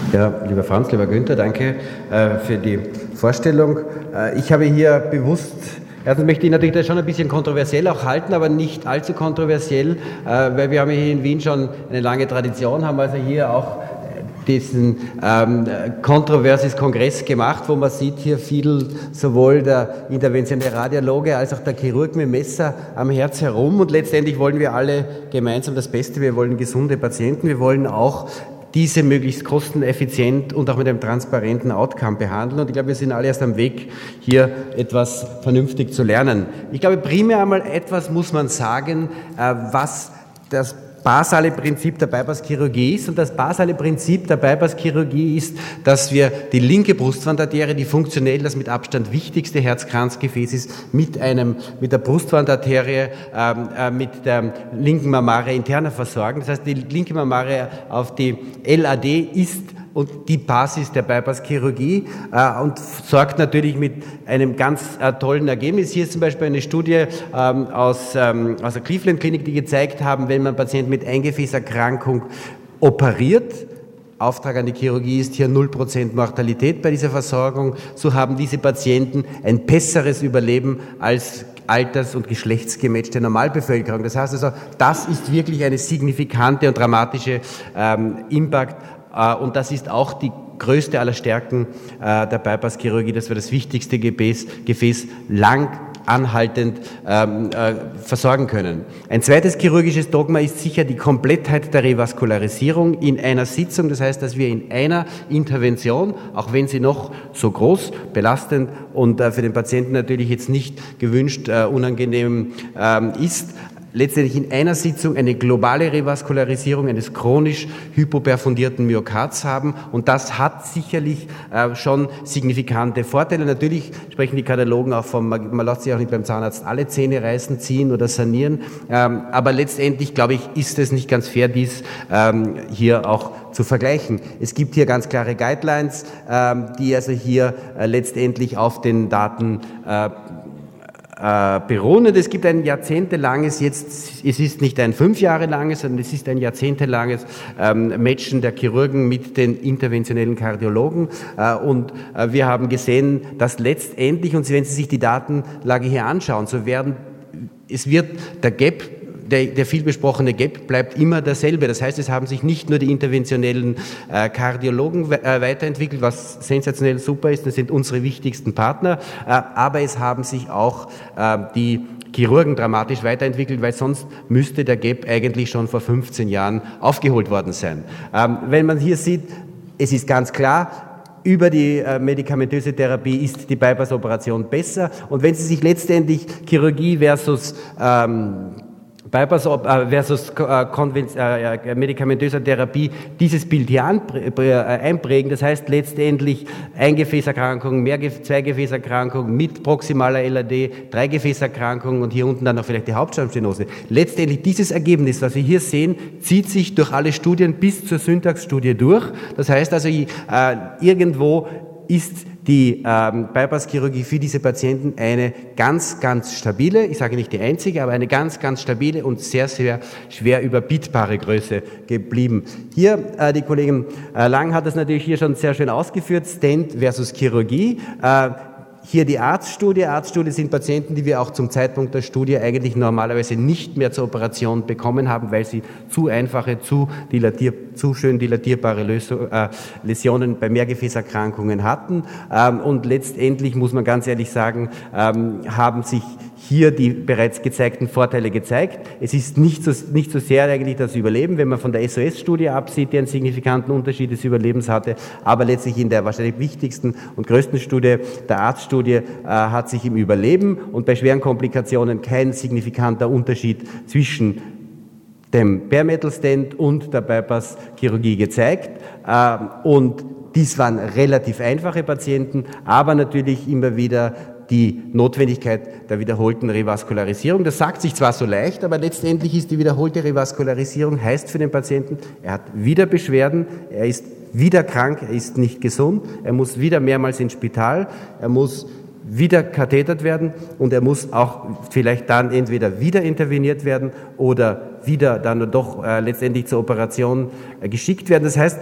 Ja, lieber Franz, lieber Günther, danke für die Vorstellung. Ich habe hier bewusst, erstens möchte ich natürlich das schon ein bisschen kontroversiell auch halten, aber nicht allzu kontroversiell, weil wir haben hier in Wien schon eine lange Tradition, haben also hier auch diesen Kontroversis Kongress gemacht, wo man sieht, hier fiedelt sowohl der interventionelle Radiologe als auch der Chirurg mit dem Messer am Herz herum, und letztendlich wollen wir alle gemeinsam das Beste, wir wollen gesunde Patienten, wir wollen auch diese möglichst kosteneffizient und auch mit einem transparenten Outcome behandeln. Und ich glaube, wir sind alle erst am Weg, hier etwas vernünftig zu lernen. Ich glaube, primär einmal etwas muss man sagen, was das basale Prinzip der Bypasschirurgie ist. Und das basale Prinzip der Bypasschirurgie ist, dass wir die linke Brustwandarterie, die funktionell das mit Abstand wichtigste Herzkranzgefäß ist, mit der Brustwandarterie, mit der linken Mammaria interna versorgen. Das heißt, die linke Mammaria auf die LAD ist und die Basis der Bypasschirurgie und sorgt natürlich mit einem ganz tollen Ergebnis. Hier ist zum Beispiel eine Studie aus der Cleveland Klinik, die gezeigt haben, wenn man Patienten mit Eingefäßerkrankung operiert, Auftrag an die Chirurgie ist hier 0% Mortalität bei dieser Versorgung, so haben diese Patienten ein besseres Überleben als alters- und geschlechtsgematchte Normalbevölkerung. Das heißt also, das ist wirklich eine signifikante und dramatische Impact. Und das ist auch die größte aller Stärken der Bypasschirurgie, dass wir das wichtigste Gefäß lang anhaltend versorgen können. Ein zweites chirurgisches Dogma ist sicher die Komplettheit der Revaskularisierung in einer Sitzung. Das heißt, dass wir in einer Intervention, auch wenn sie noch so groß, belastend und für den Patienten natürlich jetzt nicht gewünscht, unangenehm ist, letztendlich in einer Sitzung eine globale Revaskularisierung eines chronisch hypoperfundierten Myokards haben. Und das hat sicherlich schon signifikante Vorteile. Natürlich sprechen die Kardiologen auch von, man lässt sich auch nicht beim Zahnarzt alle Zähne reißen, ziehen oder sanieren. Aber letztendlich, glaube ich, ist es nicht ganz fair, dies hier auch zu vergleichen. Es gibt hier ganz klare Guidelines, die also hier letztendlich auf den Daten beruhen. Und es gibt ein jahrzehntelanges, es ist nicht ein 5 Jahre langes, sondern es ist ein jahrzehntelanges Matchen der Chirurgen mit den interventionellen Kardiologen. Und wir haben gesehen, dass letztendlich, und wenn Sie sich die Datenlage hier anschauen, es wird der Gap, der viel besprochene Gap bleibt immer derselbe. Das heißt, es haben sich nicht nur die interventionellen Kardiologen weiterentwickelt, was sensationell super ist, das sind unsere wichtigsten Partner, aber es haben sich auch die Chirurgen dramatisch weiterentwickelt, weil sonst müsste der Gap eigentlich schon vor 15 Jahren aufgeholt worden sein. Wenn man hier sieht, es ist ganz klar, über die medikamentöse Therapie ist die Bypass-Operation besser. Und wenn Sie sich letztendlich Chirurgie versus Bypass versus medikamentöser Therapie dieses Bild hier einprägen. Das heißt letztendlich Eingefäßerkrankung, Zweigefäßerkrankung mit proximaler LAD, Dreigefäßerkrankung und hier unten dann noch vielleicht die Hauptstammstenose. Letztendlich dieses Ergebnis, was wir hier sehen, zieht sich durch alle Studien bis zur Syntax-Studie durch. Das heißt also, irgendwo ist die Bypasschirurgie für diese Patienten eine ganz, ganz stabile, ich sage nicht die einzige, aber eine ganz, ganz stabile und sehr, sehr schwer überbietbare Größe geblieben. Hier, die Kollegin Lang hat das natürlich hier schon sehr schön ausgeführt, Stent versus Chirurgie. Hier die Arztstudie. Arztstudie sind Patienten, die wir auch zum Zeitpunkt der Studie eigentlich normalerweise nicht mehr zur Operation bekommen haben, weil sie zu einfache, zu schön dilatierbare Läsionen bei Mehrgefäßerkrankungen hatten. Und letztendlich muss man ganz ehrlich sagen, haben sich hier die bereits gezeigten Vorteile gezeigt. Es ist nicht so sehr eigentlich das Überleben, wenn man von der SOS-Studie absieht, die einen signifikanten Unterschied des Überlebens hatte, aber letztlich in der wahrscheinlich wichtigsten und größten Studie, der Arztstudie, hat sich im Überleben und bei schweren Komplikationen kein signifikanter Unterschied zwischen dem Bare-Metal-Stent und der Bypass-Chirurgie gezeigt. Und dies waren relativ einfache Patienten, aber natürlich immer wieder die Notwendigkeit der wiederholten Revaskularisierung. Das sagt sich zwar so leicht, aber letztendlich ist die wiederholte Revaskularisierung, heißt für den Patienten, er hat wieder Beschwerden, er ist wieder krank, er ist nicht gesund, er muss wieder mehrmals ins Spital, er muss wieder kathetert werden und er muss auch vielleicht dann entweder wieder interveniert werden oder wieder dann doch letztendlich zur Operation geschickt werden. Das heißt,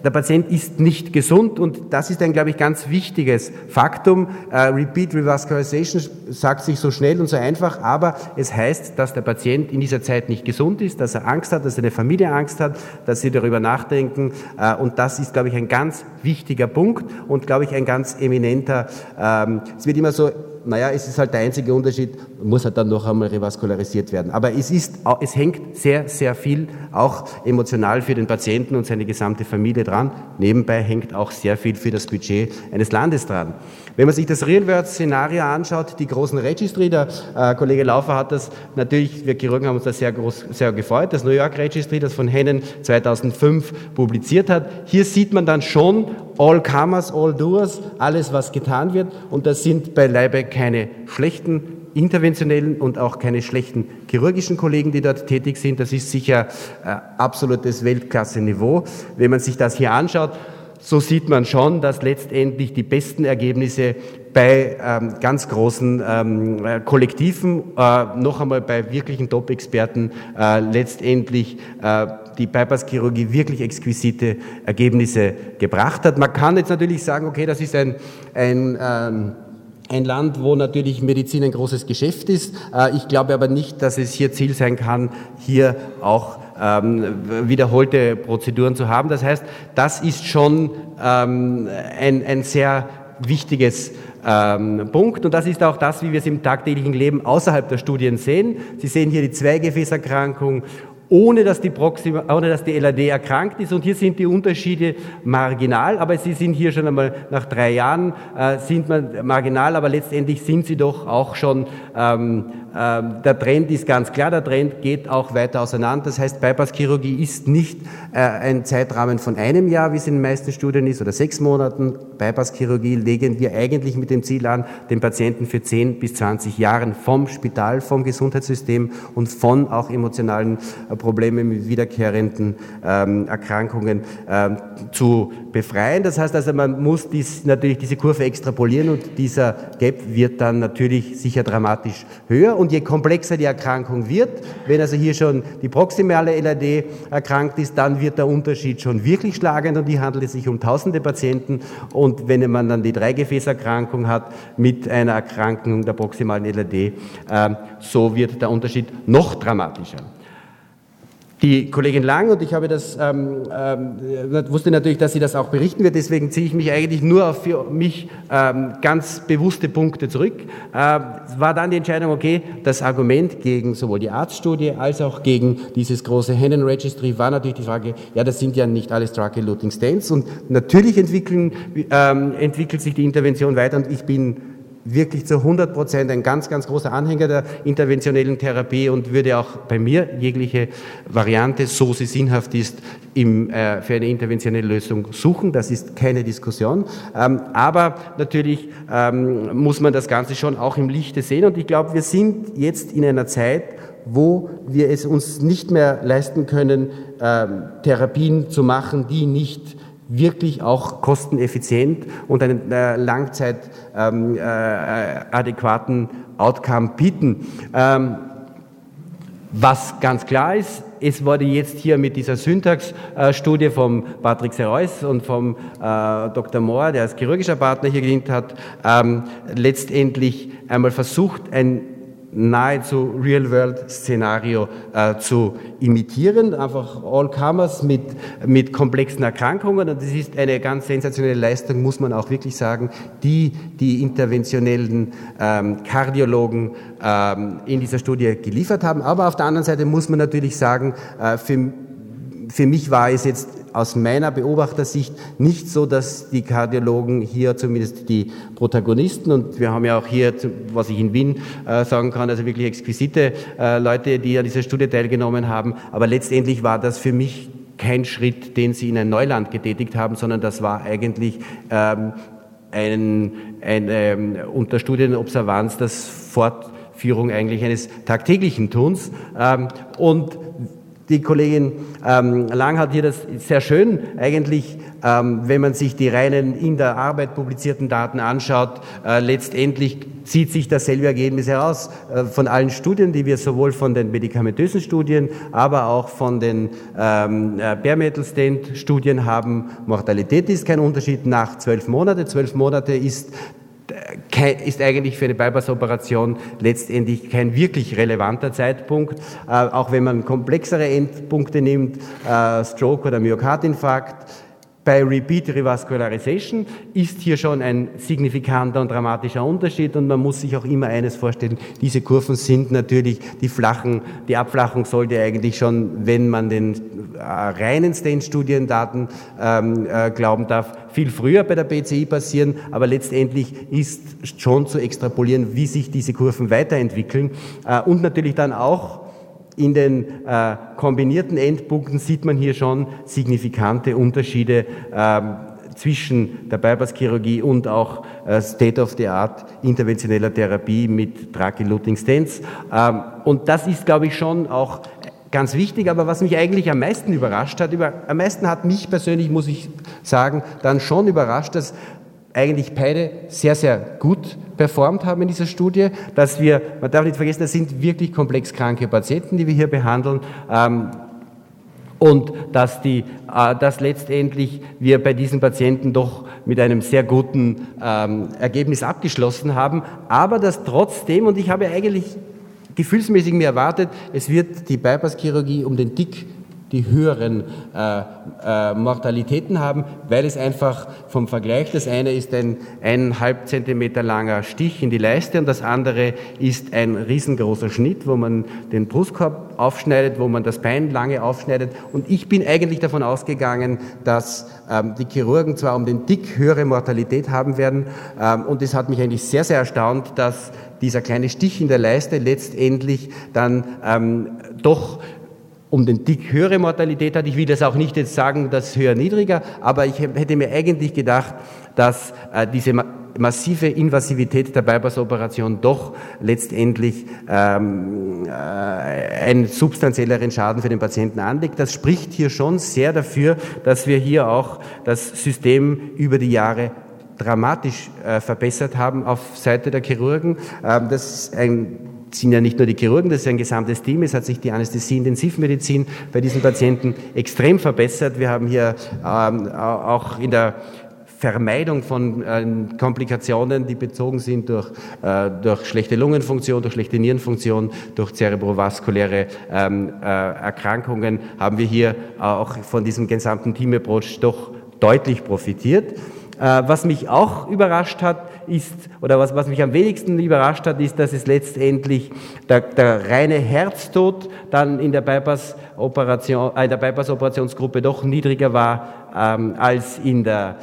der Patient ist nicht gesund und das ist ein, glaube ich, ganz wichtiges Faktum. Repeat Revascularization sagt sich so schnell und so einfach, aber es heißt, dass der Patient in dieser Zeit nicht gesund ist, dass er Angst hat, dass seine Familie Angst hat, dass sie darüber nachdenken und das ist, glaube ich, ein ganz wichtiger Punkt und, glaube ich, ein ganz eminenter, es wird immer so, es ist halt der einzige Unterschied, muss halt dann noch einmal revaskularisiert werden. Aber es hängt sehr, sehr viel auch emotional für den Patienten und seine gesamte Familie dran. Nebenbei hängt auch sehr viel für das Budget eines Landes dran. Wenn man sich das Real-World-Szenario anschaut, die großen Registry, der Kollege Laufer hat das natürlich, wir Chirurgen haben uns da sehr gefreut, das New York Registry, das von Hennen 2005 publiziert hat. Hier sieht man dann schon all comers, all doers, alles was getan wird und das sind beileibe keine schlechten interventionellen und auch keine schlechten chirurgischen Kollegen, die dort tätig sind. Das ist sicher absolutes Weltklasse-Niveau. Wenn man sich das hier anschaut, so sieht man schon, dass letztendlich die besten Ergebnisse bei ganz großen Kollektiven, noch einmal bei wirklichen Top-Experten, letztendlich die Bypass-Chirurgie wirklich exquisite Ergebnisse gebracht hat. Man kann jetzt natürlich sagen, okay, das ist ein Land, wo natürlich Medizin ein großes Geschäft ist. Ich glaube aber nicht, dass es hier Ziel sein kann, hier auch wiederholte Prozeduren zu haben. Das heißt, das ist schon ein sehr wichtiges Punkt und das ist auch das, wie wir es im tagtäglichen Leben außerhalb der Studien sehen. Sie sehen hier die Zweigefäßerkrankung, ohne dass die LAD erkrankt ist. Und hier sind die Unterschiede marginal, aber sie sind hier schon einmal nach 3 Jahren sind marginal, aber letztendlich sind sie doch auch schon, der Trend ist ganz klar, der Trend geht auch weiter auseinander. Das heißt, Bypass-Chirurgie ist nicht ein Zeitrahmen von 1 Jahr, wie es in den meisten Studien ist, oder 6 Monaten. Bypass-Chirurgie legen wir eigentlich mit dem Ziel an, den Patienten für 10 bis 20 Jahren vom Spital, vom Gesundheitssystem und von auch emotionalen Probleme mit wiederkehrenden Erkrankungen zu befreien. Das heißt also, man muss natürlich diese Kurve extrapolieren und dieser Gap wird dann natürlich sicher dramatisch höher. Und je komplexer die Erkrankung wird, wenn also hier schon die proximale LAD erkrankt ist, dann wird der Unterschied schon wirklich schlagend und hier handelt es sich um tausende Patienten. Und wenn man dann die Dreigefäßerkrankung hat mit einer Erkrankung der proximalen LAD, so wird der Unterschied noch dramatischer. Die Kollegin Lang, und ich habe das, wusste natürlich, dass sie das auch berichten wird, deswegen ziehe ich mich eigentlich nur auf für mich ganz bewusste Punkte zurück. Es war dann die Entscheidung, okay, das Argument gegen sowohl die Arztstudie als auch gegen dieses große Hennen Registry war natürlich die Frage, ja, das sind ja nicht alles Drug-Eluting Stents und natürlich entwickelt sich die Intervention weiter und ich bin wirklich zu 100% ein ganz, ganz großer Anhänger der interventionellen Therapie und würde auch bei mir jegliche Variante, so sie sinnhaft ist, für eine interventionelle Lösung suchen. Das ist keine Diskussion. Aber natürlich muss man das Ganze schon auch im Lichte sehen und ich glaube, wir sind jetzt in einer Zeit, wo wir es uns nicht mehr leisten können, Therapien zu machen, die nicht wirklich auch kosteneffizient und einen langzeitadäquaten Outcome bieten. Was ganz klar ist, es wurde jetzt hier mit dieser Syntax-Studie vom Patrick Serois und vom Dr. Mohr, der als chirurgischer Partner hier gedient hat, letztendlich einmal versucht, ein nahezu Real-World-Szenario zu imitieren, einfach All-Comers mit komplexen Erkrankungen und das ist eine ganz sensationelle Leistung, muss man auch wirklich sagen, die interventionellen Kardiologen in dieser Studie geliefert haben, aber auf der anderen Seite muss man natürlich sagen, für mich war es jetzt aus meiner Beobachtersicht nicht so, dass die Kardiologen hier zumindest die Protagonisten und wir haben ja auch hier, was ich in Wien sagen kann, also wirklich exquisite Leute, die an dieser Studie teilgenommen haben, aber letztendlich war das für mich kein Schritt, den sie in ein Neuland getätigt haben, sondern das war eigentlich unter Studienobservanz das Fortführung eigentlich eines tagtäglichen Tuns und die Kollegin Lang hat hier das sehr schön eigentlich, wenn man sich die reinen in der Arbeit publizierten Daten anschaut, letztendlich zieht sich dasselbe Ergebnis heraus von allen Studien, die wir sowohl von den medikamentösen Studien, aber auch von den Bare Metal Stent Studien haben. Mortalität ist kein Unterschied nach 12 Monate. 12 Monate ist eigentlich für eine Bypass-Operation letztendlich kein wirklich relevanter Zeitpunkt, auch wenn man komplexere Endpunkte nimmt, Stroke oder Myokardinfarkt. Bei Repeat Revascularization ist hier schon ein signifikanter und dramatischer Unterschied und man muss sich auch immer eines vorstellen, diese Kurven sind natürlich, die Abflachung sollte eigentlich schon, wenn man den reinen Stent-Studiendaten glauben darf, viel früher bei der BCI passieren, aber letztendlich ist schon zu extrapolieren, wie sich diese Kurven weiterentwickeln und natürlich dann auch in den kombinierten Endpunkten sieht man hier schon signifikante Unterschiede zwischen der Bypass-Chirurgie und auch State-of-the-Art interventioneller Therapie mit Drug-Eluting Stents. Und das ist, glaube ich, schon auch ganz wichtig, aber was mich eigentlich am meisten überrascht hat, am meisten hat mich persönlich, muss ich sagen, dann schon überrascht, dass eigentlich beide sehr, sehr gut performt haben in dieser Studie, dass man darf nicht vergessen, das sind wirklich komplex kranke Patienten, die wir hier behandeln, und dass letztendlich wir bei diesen Patienten doch mit einem sehr guten Ergebnis abgeschlossen haben, aber dass trotzdem, und ich habe eigentlich gefühlsmäßig mir erwartet, es wird die Bypass-Chirurgie um den Tick die höheren Mortalitäten haben, weil es einfach vom Vergleich, das eine ist ein 1,5 Zentimeter langer Stich in die Leiste und das andere ist ein riesengroßer Schnitt, wo man den Brustkorb aufschneidet, wo man das Bein lange aufschneidet und ich bin eigentlich davon ausgegangen, dass die Chirurgen zwar um den Tick höhere Mortalität haben werden und es hat mich eigentlich sehr, sehr erstaunt, dass dieser kleine Stich in der Leiste letztendlich dann doch um den Tick höhere Mortalität hat. Ich will das auch nicht jetzt sagen, dass höher niedriger, aber ich hätte mir eigentlich gedacht, dass diese massive Invasivität der Bypass-Operation doch letztendlich einen substanzielleren Schaden für den Patienten anlegt. Das spricht hier schon sehr dafür, dass wir hier auch das System über die Jahre dramatisch verbessert haben auf Seite der Chirurgen. Das ist sind ja nicht nur die Chirurgen, das ist ein gesamtes Team. Es hat sich die Anästhesie-Intensivmedizin bei diesen Patienten extrem verbessert. Wir haben hier auch in der Vermeidung von Komplikationen, die bezogen sind durch schlechte Lungenfunktion, durch schlechte Nierenfunktion, durch zerebrovaskuläre Erkrankungen, haben wir hier auch von diesem gesamten Team-Approach doch deutlich profitiert. Was mich auch überrascht hat, was mich am wenigsten überrascht hat, ist, dass es letztendlich der reine Herztod dann in der Bypass-Operationsgruppe doch niedriger war als in der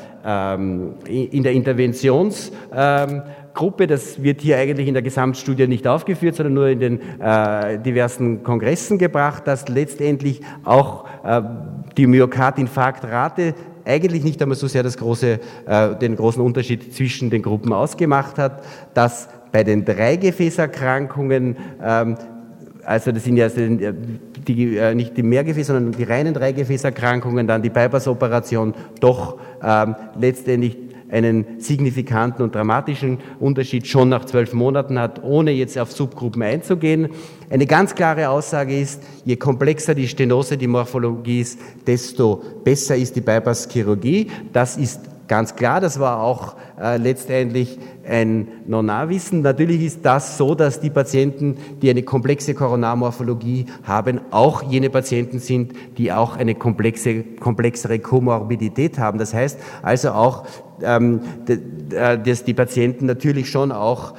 Interventionsgruppe. Das wird hier eigentlich in der Gesamtstudie nicht aufgeführt, sondern nur in den diversen Kongressen gebracht, dass letztendlich auch die Myokardinfarktrate eigentlich nicht einmal so sehr den großen Unterschied zwischen den Gruppen ausgemacht hat, dass bei den Dreigefäßerkrankungen, also das sind ja nicht die Mehrgefäß, sondern die reinen Dreigefäßerkrankungen, dann die Bypass-Operation doch letztendlich einen signifikanten und dramatischen Unterschied schon nach 12 Monaten hat, ohne jetzt auf Subgruppen einzugehen. Eine ganz klare Aussage ist, je komplexer die Stenose, die Morphologie ist, desto besser ist die Bypass-Chirurgie. Das ist ganz klar, das war auch letztendlich ein Non-Wissen. Natürlich ist das so, dass die Patienten, die eine komplexe Koronarmorphologie haben, auch jene Patienten sind, die auch eine komplexere Komorbidität haben. Das heißt also auch, dass die Patienten natürlich schon auch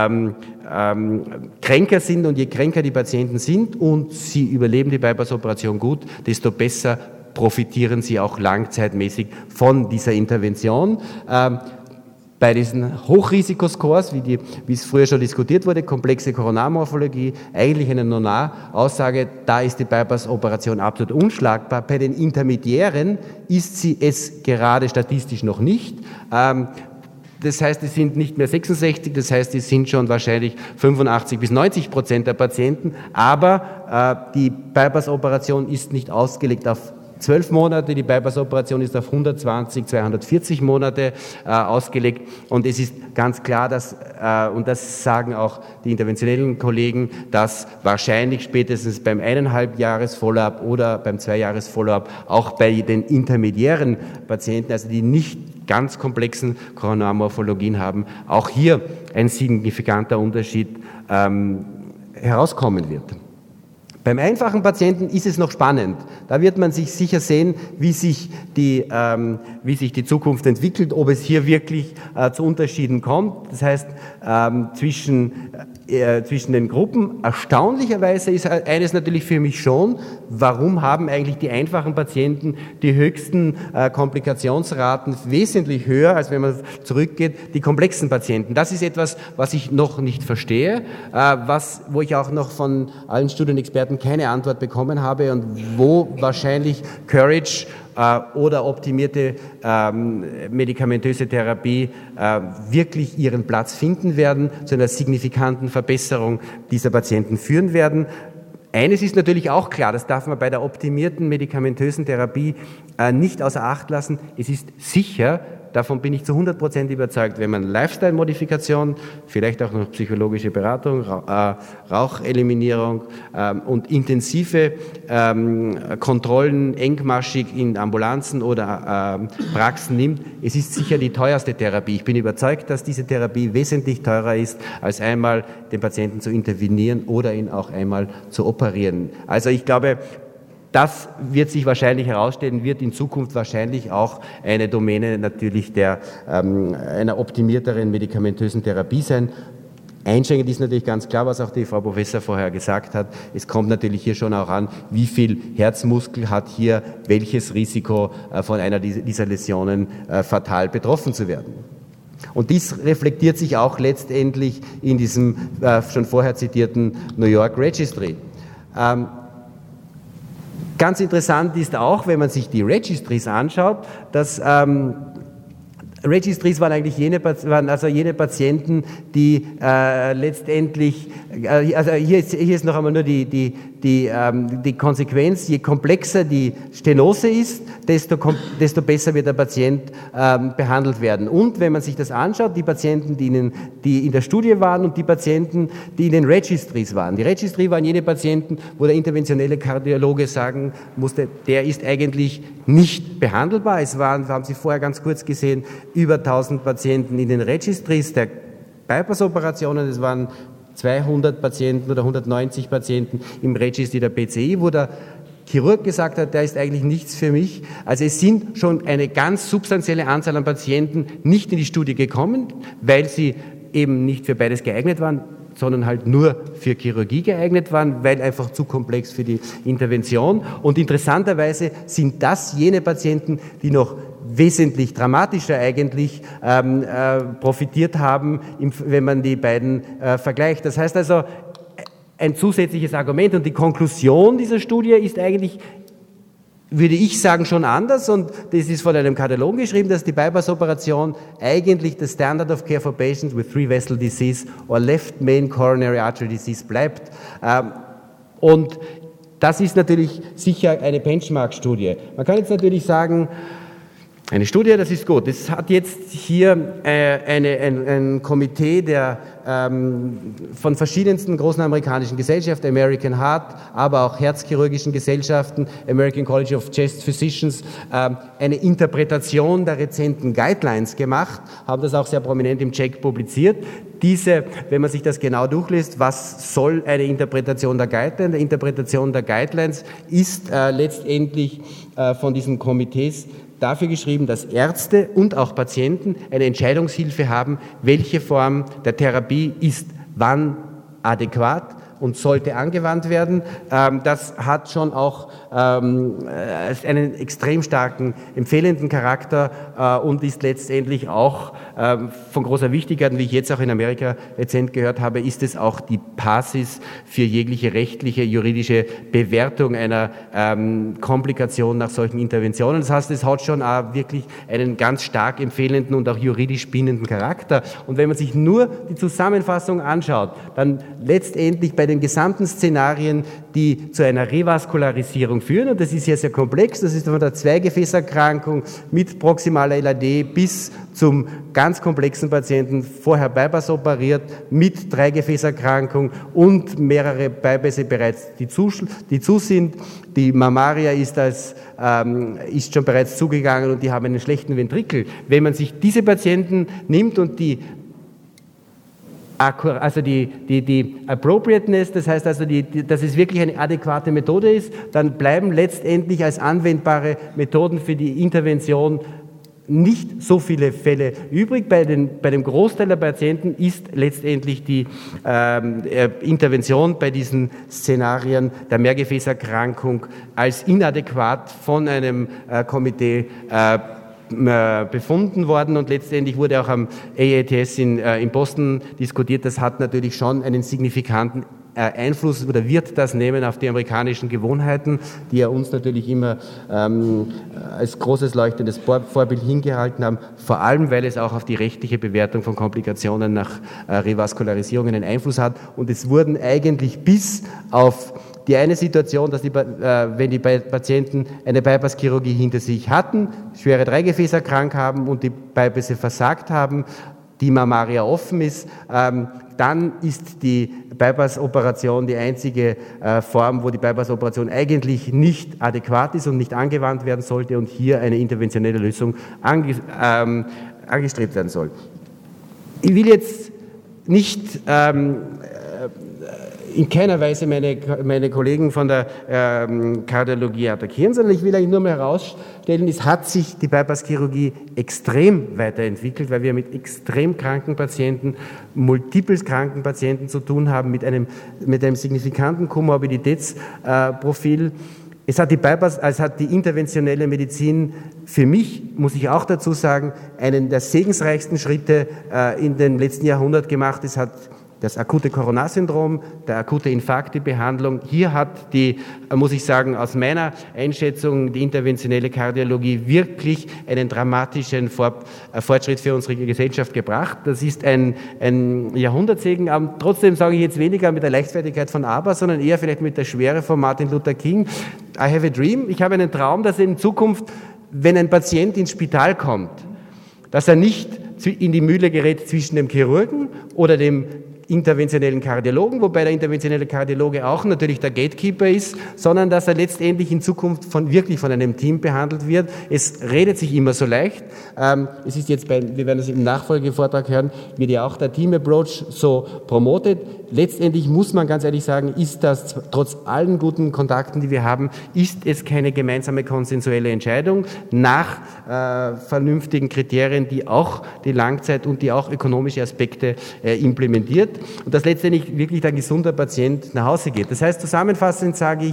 kränker sind und je kränker die Patienten sind und sie überleben die Bypass-Operation gut, desto besser profitieren sie auch langzeitmäßig von dieser Intervention. Bei diesen Hochrisikoscores, wie es früher schon diskutiert wurde, komplexe Koronarmorphologie, eigentlich eine Non-Aussage, da ist die Bypass-Operation absolut unschlagbar. Bei den Intermediären ist sie es gerade statistisch noch nicht. Das heißt, es sind nicht mehr 66, das heißt, es sind schon wahrscheinlich 85-90% der Patienten, aber die Bypass-Operation ist nicht ausgelegt auf 12 Monate, die Bypass-Operation ist auf 120, 240 Monate ausgelegt und es ist ganz klar, dass, und das sagen auch die interventionellen Kollegen, dass wahrscheinlich spätestens beim 1,5-Jahres-Follow-up oder beim 2-Jahres-Follow-up auch bei den intermediären Patienten, also die nicht ganz komplexen Koronarmorphologien haben, auch hier ein signifikanter Unterschied herauskommen wird. Beim einfachen Patienten ist es noch spannend. Da wird man sich sicher sehen, wie sich die Zukunft entwickelt, ob es hier wirklich zu Unterschieden kommt. Das heißt, zwischen den Gruppen. Erstaunlicherweise ist eines natürlich für mich schon, warum haben eigentlich die einfachen Patienten die höchsten Komplikationsraten wesentlich höher, als wenn man zurückgeht, die komplexen Patienten. Das ist etwas, was ich noch nicht verstehe, wo ich auch noch von allen Studienexperten keine Antwort bekommen habe und wo wahrscheinlich Courage oder optimierte medikamentöse Therapie wirklich ihren Platz finden werden, zu einer signifikanten Verbesserung dieser Patienten führen werden. Eines ist natürlich auch klar, das darf man bei der optimierten medikamentösen Therapie nicht außer Acht lassen, es ist sicher, davon bin ich zu 100% überzeugt, wenn man Lifestyle-Modifikation, vielleicht auch noch psychologische Beratung, Raucheliminierung und intensive Kontrollen engmaschig in Ambulanzen oder Praxen nimmt, es ist sicher die teuerste Therapie. Ich bin überzeugt, dass diese Therapie wesentlich teurer ist, als einmal den Patienten zu intervenieren oder ihn auch einmal zu operieren. Also ich glaube, das wird sich wahrscheinlich herausstellen, wird in Zukunft wahrscheinlich auch eine Domäne natürlich einer optimierteren medikamentösen Therapie sein. Einschränkend ist natürlich ganz klar, was auch die Frau Professor vorher gesagt hat. Es kommt natürlich hier schon auch an, wie viel Herzmuskel hat hier welches Risiko von einer dieser Läsionen fatal betroffen zu werden. Und dies reflektiert sich auch letztendlich in diesem schon vorher zitierten New York Registry. Ganz interessant ist auch, wenn man sich die Registries anschaut, dass Registries waren eigentlich jene Patienten, die letztendlich, also hier ist noch einmal nur die Konsequenz, je komplexer die Stenose ist, desto besser wird der Patient behandelt werden. Und wenn man sich das anschaut, die Patienten, die in der Studie waren und die Patienten, die in den Registries waren. Die Registry waren jene Patienten, wo der interventionelle Kardiologe sagen musste, der ist eigentlich nicht behandelbar. Es waren, haben Sie vorher ganz kurz gesehen, über 1000 Patienten in den Registries der Bypass-Operationen. Es waren 200 Patienten oder 190 Patienten im Registry der PCI, wo der Chirurg gesagt hat, der ist eigentlich nichts für mich. Also es sind schon eine ganz substanzielle Anzahl an Patienten nicht in die Studie gekommen, weil sie eben nicht für beides geeignet waren, sondern halt nur für Chirurgie geeignet waren, weil einfach zu komplex für die Intervention. Und interessanterweise sind das jene Patienten, die noch wesentlich dramatischer eigentlich profitiert haben, wenn man die beiden vergleicht. Das heißt also, ein zusätzliches Argument und die Konklusion dieser Studie ist eigentlich, würde ich sagen, schon anders und das ist von einem Kardiologen geschrieben, dass die Bypass-Operation eigentlich the standard of care for patients with 3-vessel disease or left main coronary artery disease bleibt. Und das ist natürlich sicher eine Benchmark-Studie. Man kann jetzt natürlich sagen, eine Studie, das ist gut. Das hat jetzt hier ein Komitee von verschiedensten großen amerikanischen Gesellschaften, American Heart, aber auch herzchirurgischen Gesellschaften, American College of Chest Physicians, eine Interpretation der rezenten Guidelines gemacht, haben das auch sehr prominent im JACC publiziert. Diese, wenn man sich das genau durchliest, was soll eine Interpretation der Guidelines? Die Interpretation der Guidelines ist letztendlich von diesen Komitees dafür geschrieben, dass Ärzte und auch Patienten eine Entscheidungshilfe haben, welche Form der Therapie ist wann adäquat, und sollte angewandt werden. Das hat schon auch einen extrem starken empfehlenden Charakter und ist letztendlich auch von großer Wichtigkeit. Wie ich jetzt auch in Amerika rezent gehört habe, ist es auch die Basis für jegliche rechtliche, juridische Bewertung einer Komplikation nach solchen Interventionen. Das heißt, es hat schon auch wirklich einen ganz stark empfehlenden und auch juridisch bindenden Charakter. Und wenn man sich nur die Zusammenfassung anschaut, dann letztendlich bei den gesamten Szenarien, die zu einer Revaskularisierung führen, und das ist ja sehr komplex, das ist von der Zweigefäßerkrankung mit proximaler LAD bis zum ganz komplexen Patienten, vorher Bypass operiert, mit Dreigefäßerkrankung und mehrere Bypässe bereits, die zu sind. Die Mammaria ist schon bereits zugegangen und die haben einen schlechten Ventrikel. Wenn man sich diese Patienten nimmt und die Appropriateness, das heißt also, dass es wirklich eine adäquate Methode ist, dann bleiben letztendlich als anwendbare Methoden für die Intervention nicht so viele Fälle übrig. Bei dem Großteil der Patienten ist letztendlich die Intervention bei diesen Szenarien der Mehrgefäßerkrankung als inadäquat von einem Komitee befunden worden und letztendlich wurde auch am AATS in Boston diskutiert. Das hat natürlich schon einen signifikanten Einfluss oder wird das nehmen auf die amerikanischen Gewohnheiten, die ja uns natürlich immer als großes leuchtendes Vorbild hingehalten haben, vor allem weil es auch auf die rechtliche Bewertung von Komplikationen nach Revaskularisierung einen Einfluss hat. Und es wurden eigentlich bis auf die eine Situation, dass wenn die Patienten eine Bypasschirurgie hinter sich hatten, schwere Dreigefäßerkrankheit haben und die Bypässe versagt haben, die Mammaria offen ist, dann ist die Bypass-Operation die einzige Form, wo die Bypass-Operation eigentlich nicht adäquat ist und nicht angewandt werden sollte und hier eine interventionelle Lösung angestrebt werden soll. Ich will jetzt nicht in keiner Weise meine Kollegen von der Kardiologie attackieren, sondern ich will eigentlich nur mal herausstellen, es hat sich die Bypasschirurgie extrem weiterentwickelt, weil wir mit extrem kranken Patienten, multiples kranken Patienten zu tun haben, mit einem signifikanten Komorbiditätsprofil. Es hat die interventionelle Medizin für mich, muss ich auch dazu sagen, einen der segensreichsten Schritte in den letzten Jahrhundert gemacht. Es hat das akute Coronarsyndrom, der akute Infarkt, die Behandlung. Hier hat muss ich sagen, aus meiner Einschätzung die interventionelle Kardiologie wirklich einen dramatischen Fortschritt für unsere Gesellschaft gebracht. Das ist ein Jahrhundertsegen, aber trotzdem sage ich jetzt weniger mit der Leichtfertigkeit von Aber, sondern eher vielleicht mit der Schwere von Martin Luther King. I have a dream. Ich habe einen Traum, dass in Zukunft, wenn ein Patient ins Spital kommt, dass er nicht in die Mühle gerät zwischen dem Chirurgen oder dem interventionellen Kardiologen, wobei der interventionelle Kardiologe auch natürlich der Gatekeeper ist, sondern dass er letztendlich in Zukunft wirklich von einem Team behandelt wird. Es redet sich immer so leicht. Es ist jetzt wir werden es im Nachfolgevortrag hören, wird ja auch der Team Approach so promotet. Letztendlich muss man ganz ehrlich sagen, ist das trotz allen guten Kontakten, die wir haben, ist es keine gemeinsame konsensuelle Entscheidung nach vernünftigen Kriterien, die auch die Langzeit- und die auch ökonomische Aspekte implementiert. Und dass letztendlich wirklich der gesunde Patient nach Hause geht. Das heißt, zusammenfassend sage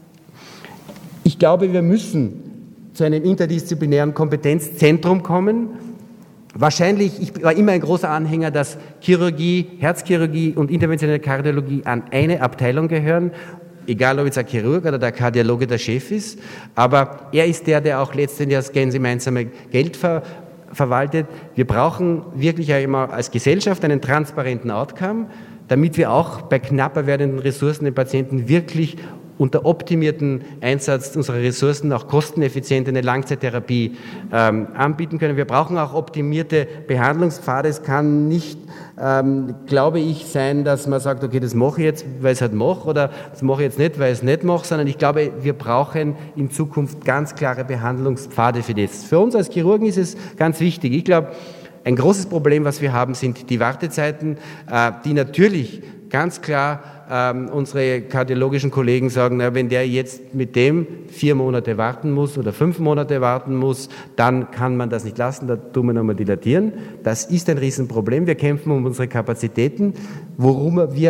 ich glaube, wir müssen zu einem interdisziplinären Kompetenzzentrum kommen. Wahrscheinlich, ich war immer ein großer Anhänger, dass Chirurgie, Herzchirurgie und interventionelle Kardiologie an eine Abteilung gehören. Egal, ob jetzt der Chirurg oder der Kardiologe der Chef ist. Aber er ist der auch letztendlich das gemeinsame Geld verwaltet. Wir brauchen wirklich immer als Gesellschaft einen transparenten Outcome, damit wir auch bei knapper werdenden Ressourcen den Patienten wirklich unter optimierten Einsatz unserer Ressourcen auch kosteneffizient eine Langzeittherapie anbieten können. Wir brauchen auch optimierte Behandlungspfade. Es kann nicht, glaube ich, sein, dass man sagt, okay, das mache ich jetzt, weil ich es halt mache, oder das mache ich jetzt nicht, weil ich es nicht mache, sondern ich glaube, wir brauchen in Zukunft ganz klare Behandlungspfade für das. Für uns als Chirurgen ist es ganz wichtig. Ich glaube, ein großes Problem, was wir haben, sind die Wartezeiten, die natürlich ganz klar unsere kardiologischen Kollegen sagen, na, wenn der jetzt mit dem 4 Monate warten muss oder 5 Monate warten muss, dann kann man das nicht lassen, da tun wir nochmal dilatieren. Das ist ein Riesenproblem. Wir kämpfen um unsere Kapazitäten, worum wir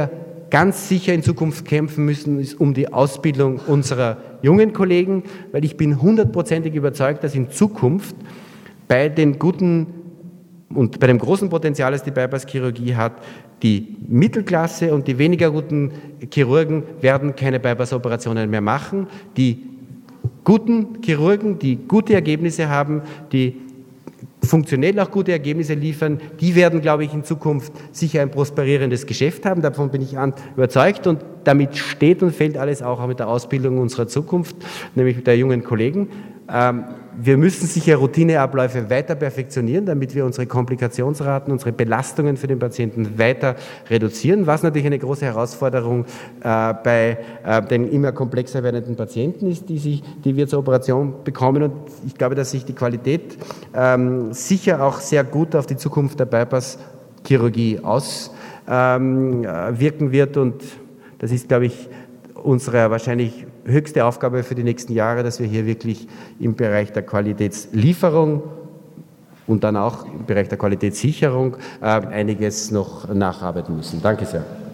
ganz sicher in Zukunft kämpfen müssen, ist um die Ausbildung unserer jungen Kollegen, weil ich bin 100%ig überzeugt, dass in Zukunft bei den guten und bei dem großen Potenzial, das die Bypass-Chirurgie hat, die Mittelklasse und die weniger guten Chirurgen werden keine Bypass-Operationen mehr machen. Die guten Chirurgen, die gute Ergebnisse haben, die funktionell auch gute Ergebnisse liefern, die werden, glaube ich, in Zukunft sicher ein prosperierendes Geschäft haben. Davon bin ich überzeugt und damit steht und fällt alles auch mit der Ausbildung unserer Zukunft, nämlich mit der jungen Kollegen. Wir müssen sicher Routineabläufe weiter perfektionieren, damit wir unsere Komplikationsraten, unsere Belastungen für den Patienten weiter reduzieren, was natürlich eine große Herausforderung bei den immer komplexer werdenden Patienten ist, die wir zur Operation bekommen. Und ich glaube, dass sich die Qualität sicher auch sehr gut auf die Zukunft der Bypass-Chirurgie auswirken wird. Und das ist, glaube ich, unsere wahrscheinlich höchste Aufgabe für die nächsten Jahre, dass wir hier wirklich im Bereich der Qualitätslieferung und dann auch im Bereich der Qualitätssicherung einiges noch nacharbeiten müssen. Danke sehr.